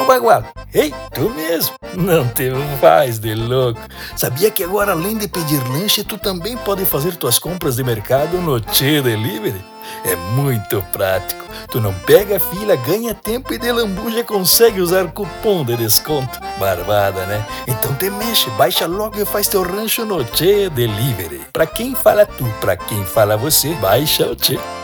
Bagual. Ei, tu mesmo. Não te faz de louco. Sabia que agora, além de pedir lanche, tu também pode fazer tuas compras de mercado no Tchê Delivery? É muito prático. Tu não pega fila, ganha tempo e de lambuja consegue usar cupom de desconto. Barbada, né? Então te mexe, baixa logo e faz teu rancho no Tchê Delivery. Pra quem fala tu, pra quem fala você, baixa o Tchê.